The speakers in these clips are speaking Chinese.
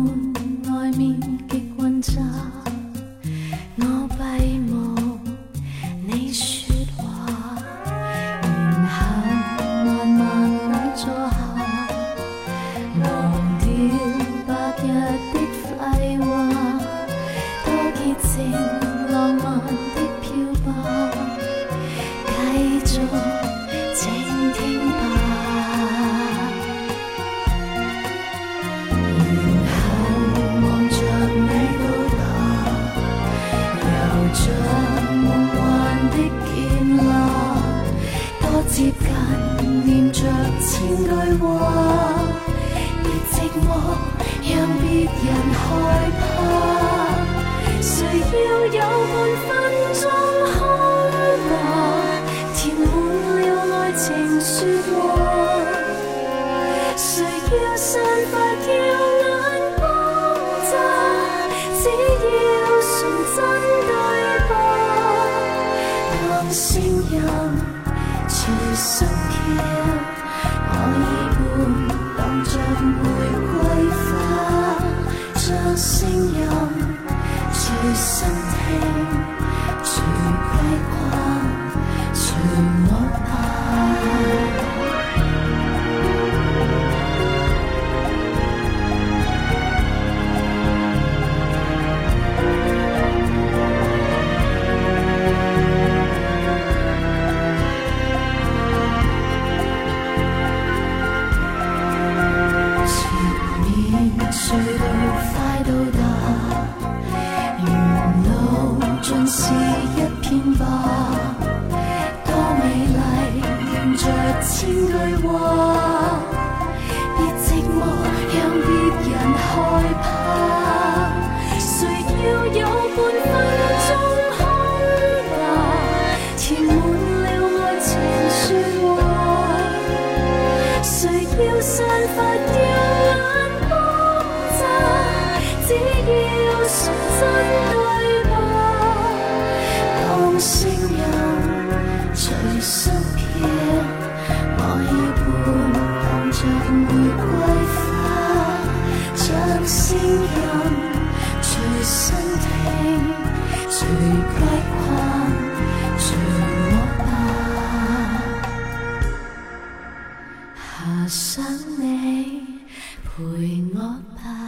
外面极混杂，我闭目你说话，然后慢慢地坐下，忘掉白日的废话，多洁净浪漫的漂泊，继续静听吧。像夢幻的劍話，多接近，念着千句話，別寂寞，讓別人害怕。誰要有半分鐘空吧，填滿了愛情説話。誰要散發耀眼光乍，只要純真聲音隨心跳，我已伴當着玫瑰花，將聲音隨身聽，隨街逛，隨我吧。隧道快到達，沿路盡是一片吧，多美麗，念着千句話，別寂寞，讓別人害怕。誰要有半分鐘空吧，填滿了愛情説話。誰要散發耀眼只要純真對白，當聲音隨心飄，我已伴當着玫瑰花，將聲音隨身聽，隨街逛，隨我吧，遐想你陪我吧。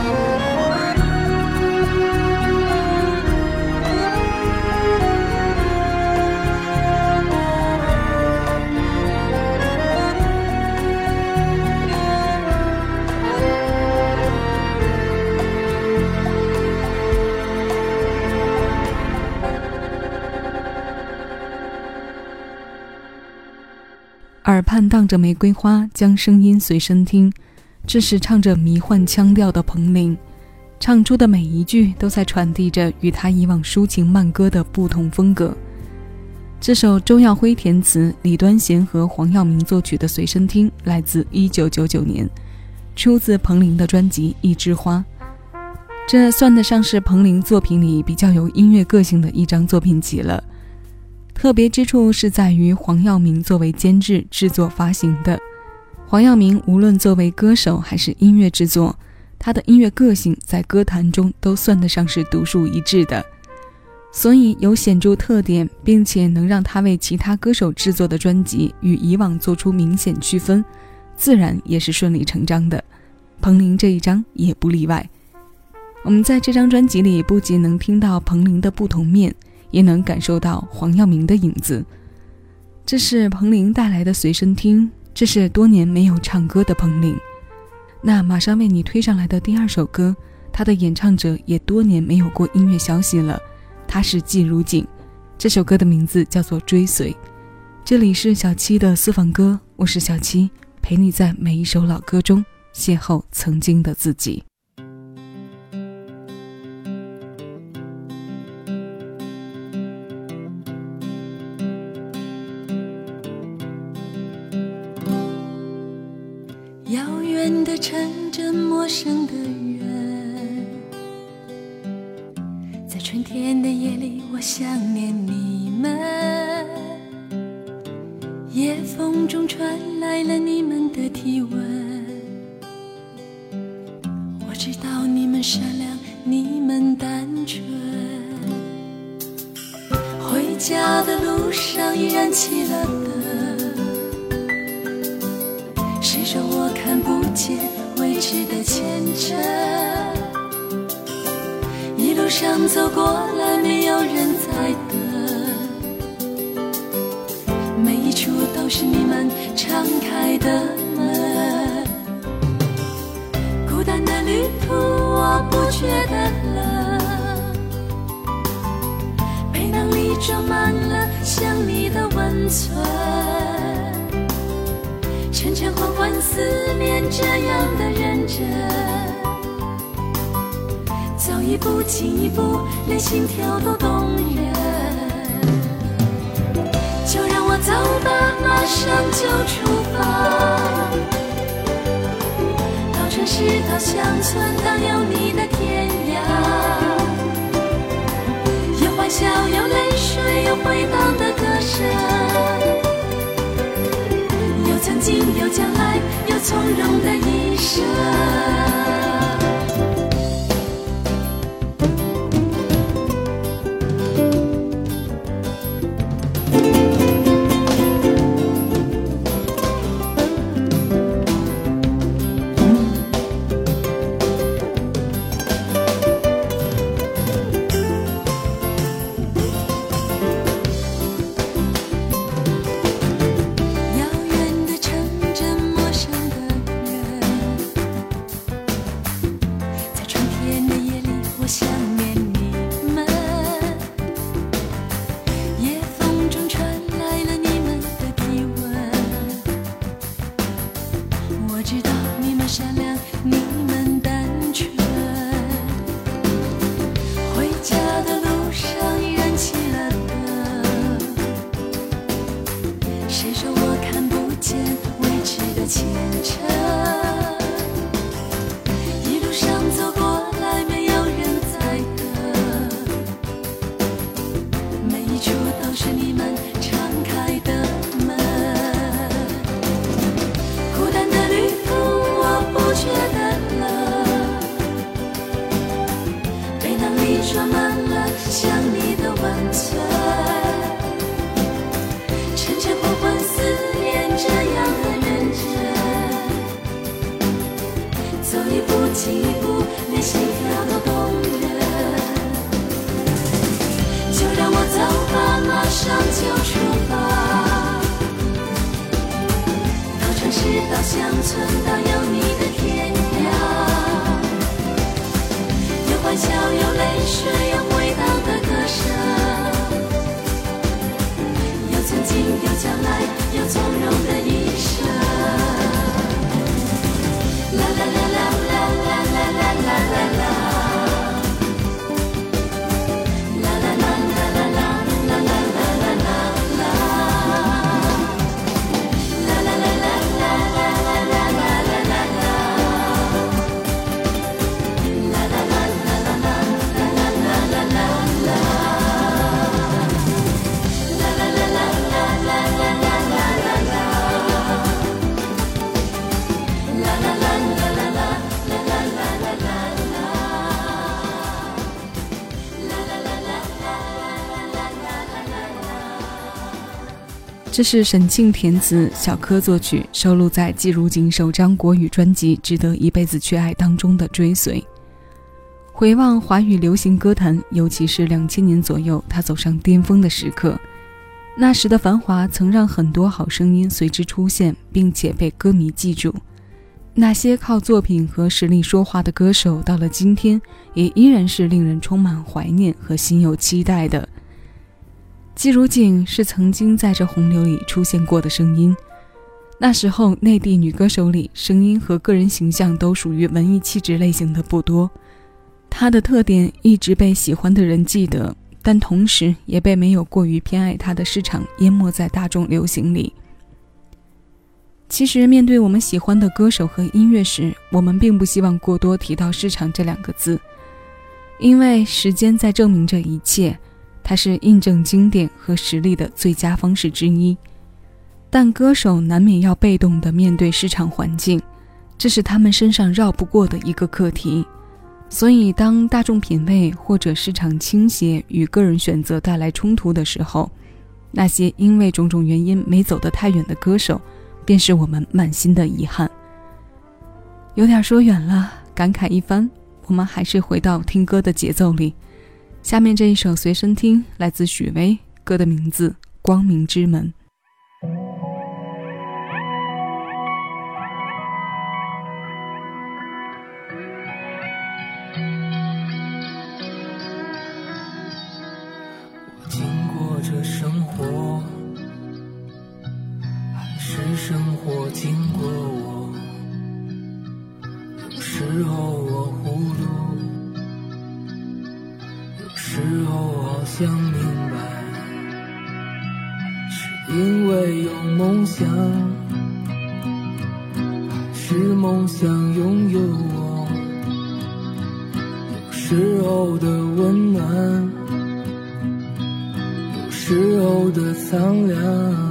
耳畔荡着玫瑰花，将声音随身听。这是唱着迷幻腔调的彭羚，唱出的每一句都在传递着与他以往抒情慢歌的不同风格。这首周耀辉填词，李端贤和黄耀明作曲的随身听来自1999年，出自彭羚的专辑《一枝花》。这算得上是彭羚作品里比较有音乐个性的一张作品集了。特别之处是在于黄耀明作为监制制作发行的。黄耀明无论作为歌手还是音乐制作，他的音乐个性在歌坛中都算得上是独树一帜的，所以有显著特点，并且能让他为其他歌手制作的专辑与以往做出明显区分，自然也是顺理成章的。彭羚这一张也不例外。我们在这张专辑里不仅能听到彭羚的不同面，也能感受到黄耀明的影子。这是彭羚带来的随身听，这是多年没有唱歌的彭羚。那马上为你推上来的第二首歌，他的演唱者也多年没有过音乐消息了，他是季如锦。这首歌的名字叫做《追随》。这里是小七的私房歌，我是小七，陪你在每一首老歌中邂逅曾经的自己。 遥远的城镇，陌生的人，在春天的夜里，我想念你们。夜风中传来了你们的体温，我知道你们善良，你们单纯，回家的路上依然起了灯，谁说我看不见未知的前程，一路上走过来没有人在等，每一处都是你们敞开的门，孤单的旅途我不觉得冷，背囊里装满了想你的温存，沉沉缓缓思念这样的认真，走一步进一步，连心跳都动人，就让我走吧，马上就出发，到城市到乡村，当有你的天涯，有欢笑有泪水有回荡的歌声，有曾经有将来有从容的一生。装满了想你的温存，沉沉缓缓思念这样的认真，走一步进一步，连心跳都动人，就让我走吧，马上就出发，到城市到乡村，到有你的天涯，欢笑有泪水有回荡的歌声，有曾经有将来有从容的一生，啦啦啦啦啦啦啦啦啦啦啦，啦啦啦啦啦啦啦啦啦啦啦，啦啦啦啦啦啦啦啦啦啦啦，啦啦啦。 这是沈庆填词，小柯作曲，收录在季如锦首张国语专辑《值得一辈子去爱》当中的《追随》。回望华语流行歌坛，尤其是2000年左右，他走上巅峰的时刻。那时的繁华曾让很多好声音随之出现，并且被歌迷记住。那些靠作品和实力说话的歌手，到了今天也依然是令人充满怀念和心有期待的。季如锦是曾经在这洪流里出现过的声音，那时候内地女歌手里声音和个人形象都属于文艺气质类型的不多，她的特点一直被喜欢的人记得，但同时也被没有过于偏爱她的市场淹没在大众流行里。其实面对我们喜欢的歌手和音乐时，我们并不希望过多提到市场这2个字，因为时间在证明这一切，它是印证经典和实力的最佳方式之一。但歌手难免要被动地面对市场环境， 这是他们身上绕不过的一个课题。所以当大众品味或者市场倾斜与个人选择带来冲突的时候，那些因为种种原因没走得太远的歌手，便是我们满心的遗憾。有点说远了，感慨一番，我们还是回到听歌的节奏里。下面这一首随身听来自许巍，歌的名字《光明之门》。 经过这生活，还是生活经过我。有时候我糊涂，有时候好像明白，是因为有梦想，还是梦想拥有我。有时候的温暖，有时候的苍凉，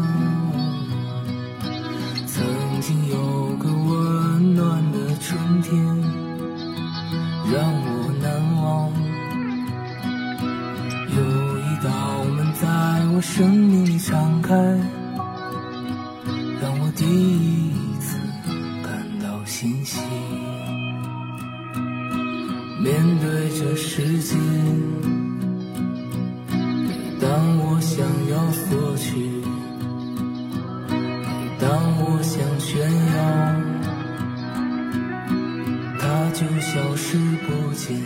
曾经有个温暖的春天让我难忘，有一道门在我生命里敞开，让我第一次感到欣喜。面对这世界，当我想要索取，每当我想炫耀，它就消失不见。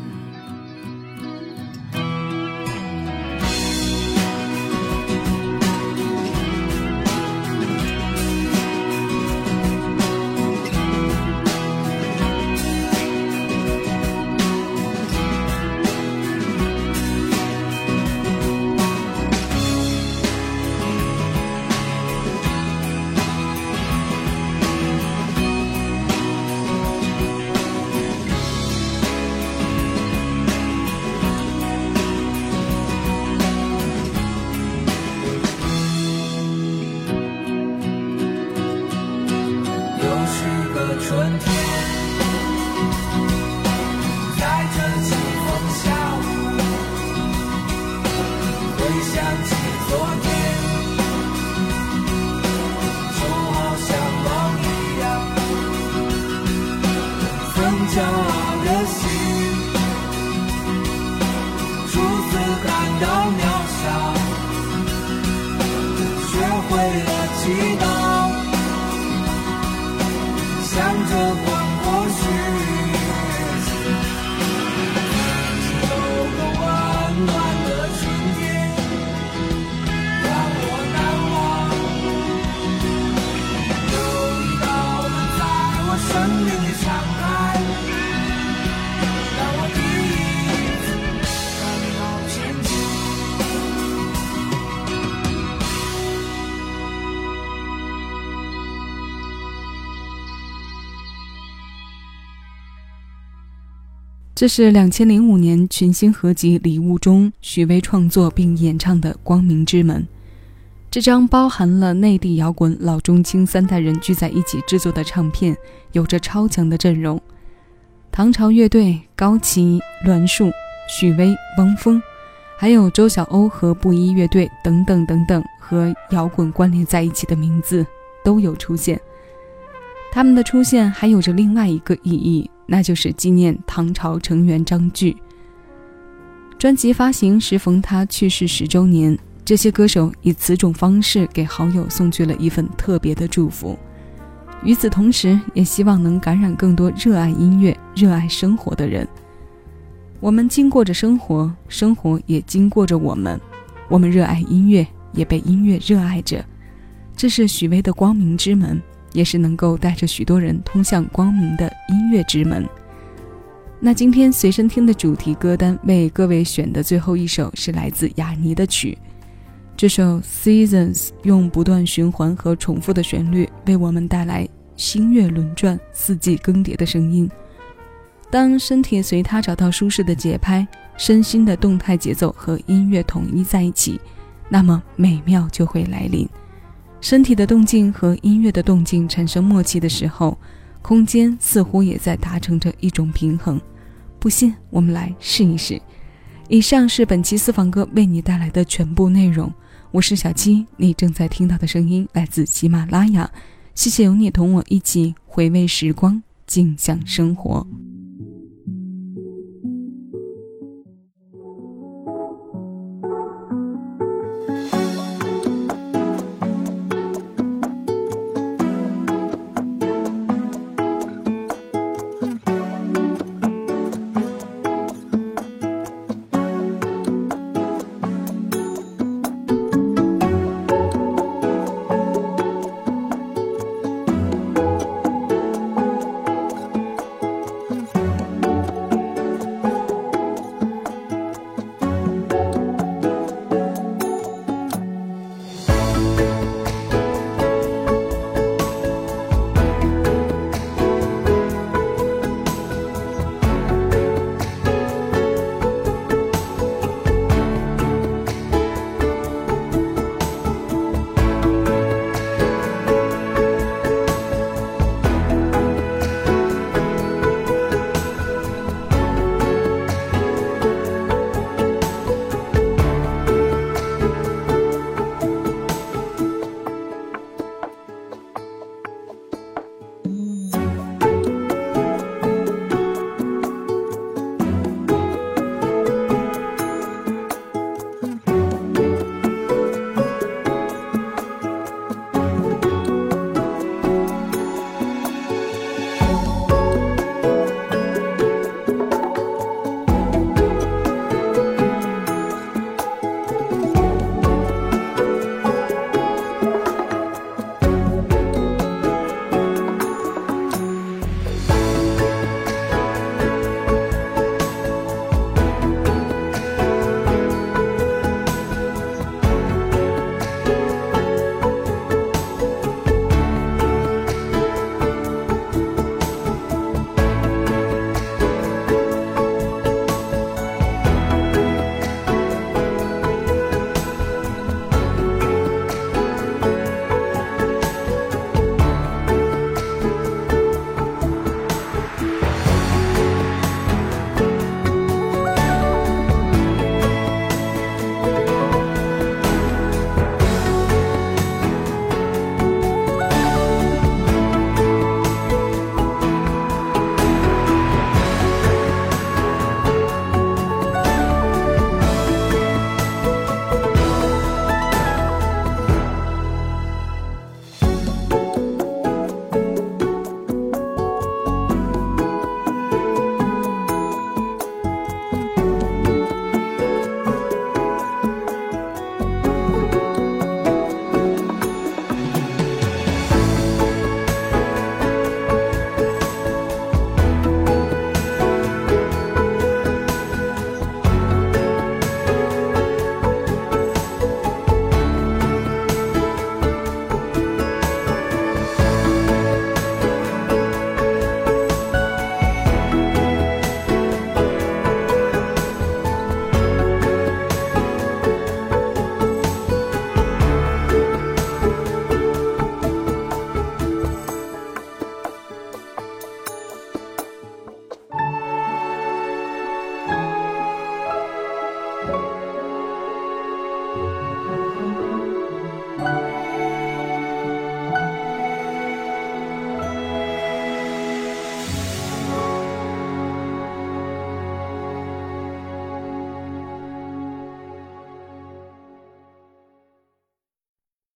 春天，在这季风下，回想起昨天，就好像梦一样，曾骄傲的心，初次感到渺小，学会了祈祷，向着光过去，曾有个温暖的春天让我难忘，有一道门在我生命里敞开，让我第一次感到前进。 这是2005年群星合集《礼物》中许巍创作并演唱的《光明之门》。这张包含了内地摇滚老中青三代人聚在一起制作的唱片，有着超强的阵容，唐朝乐队、高旗、栾树、许巍、汪峰，还有周晓鸥和布衣乐队等等等等，和摇滚关联在一起的名字都有出现。他们的出现还有着另外一个意义，那就是纪念唐朝成员张炬。专辑发行时逢他去世10周年，这些歌手以此种方式给好友送去了一份特别的祝福。与此同时，也希望能感染更多热爱音乐、热爱生活的人。我们经过着生活，生活也经过着我们。我们热爱音乐，也被音乐热爱着。这是许巍的光明之门，也是能够带着许多人通向光明的音乐之门。那今天随身听的主题歌单为各位选的最后一首是来自雅尼的曲，这首 Seasons 用不断循环和重复的旋律为我们带来星月轮转、四季更迭的声音。当身体随它找到舒适的节拍，身心的动态节奏和音乐统一在一起，那么美妙就会来临。身体的动静和音乐的动静产生默契的时候， 空间似乎也在达成着一种平衡。不信，我们来试一试。以上是本期私房歌为你带来的全部内容，我是小七，你正在听到的声音来自喜马拉雅。谢谢有你同我一起回味时光，静享生活。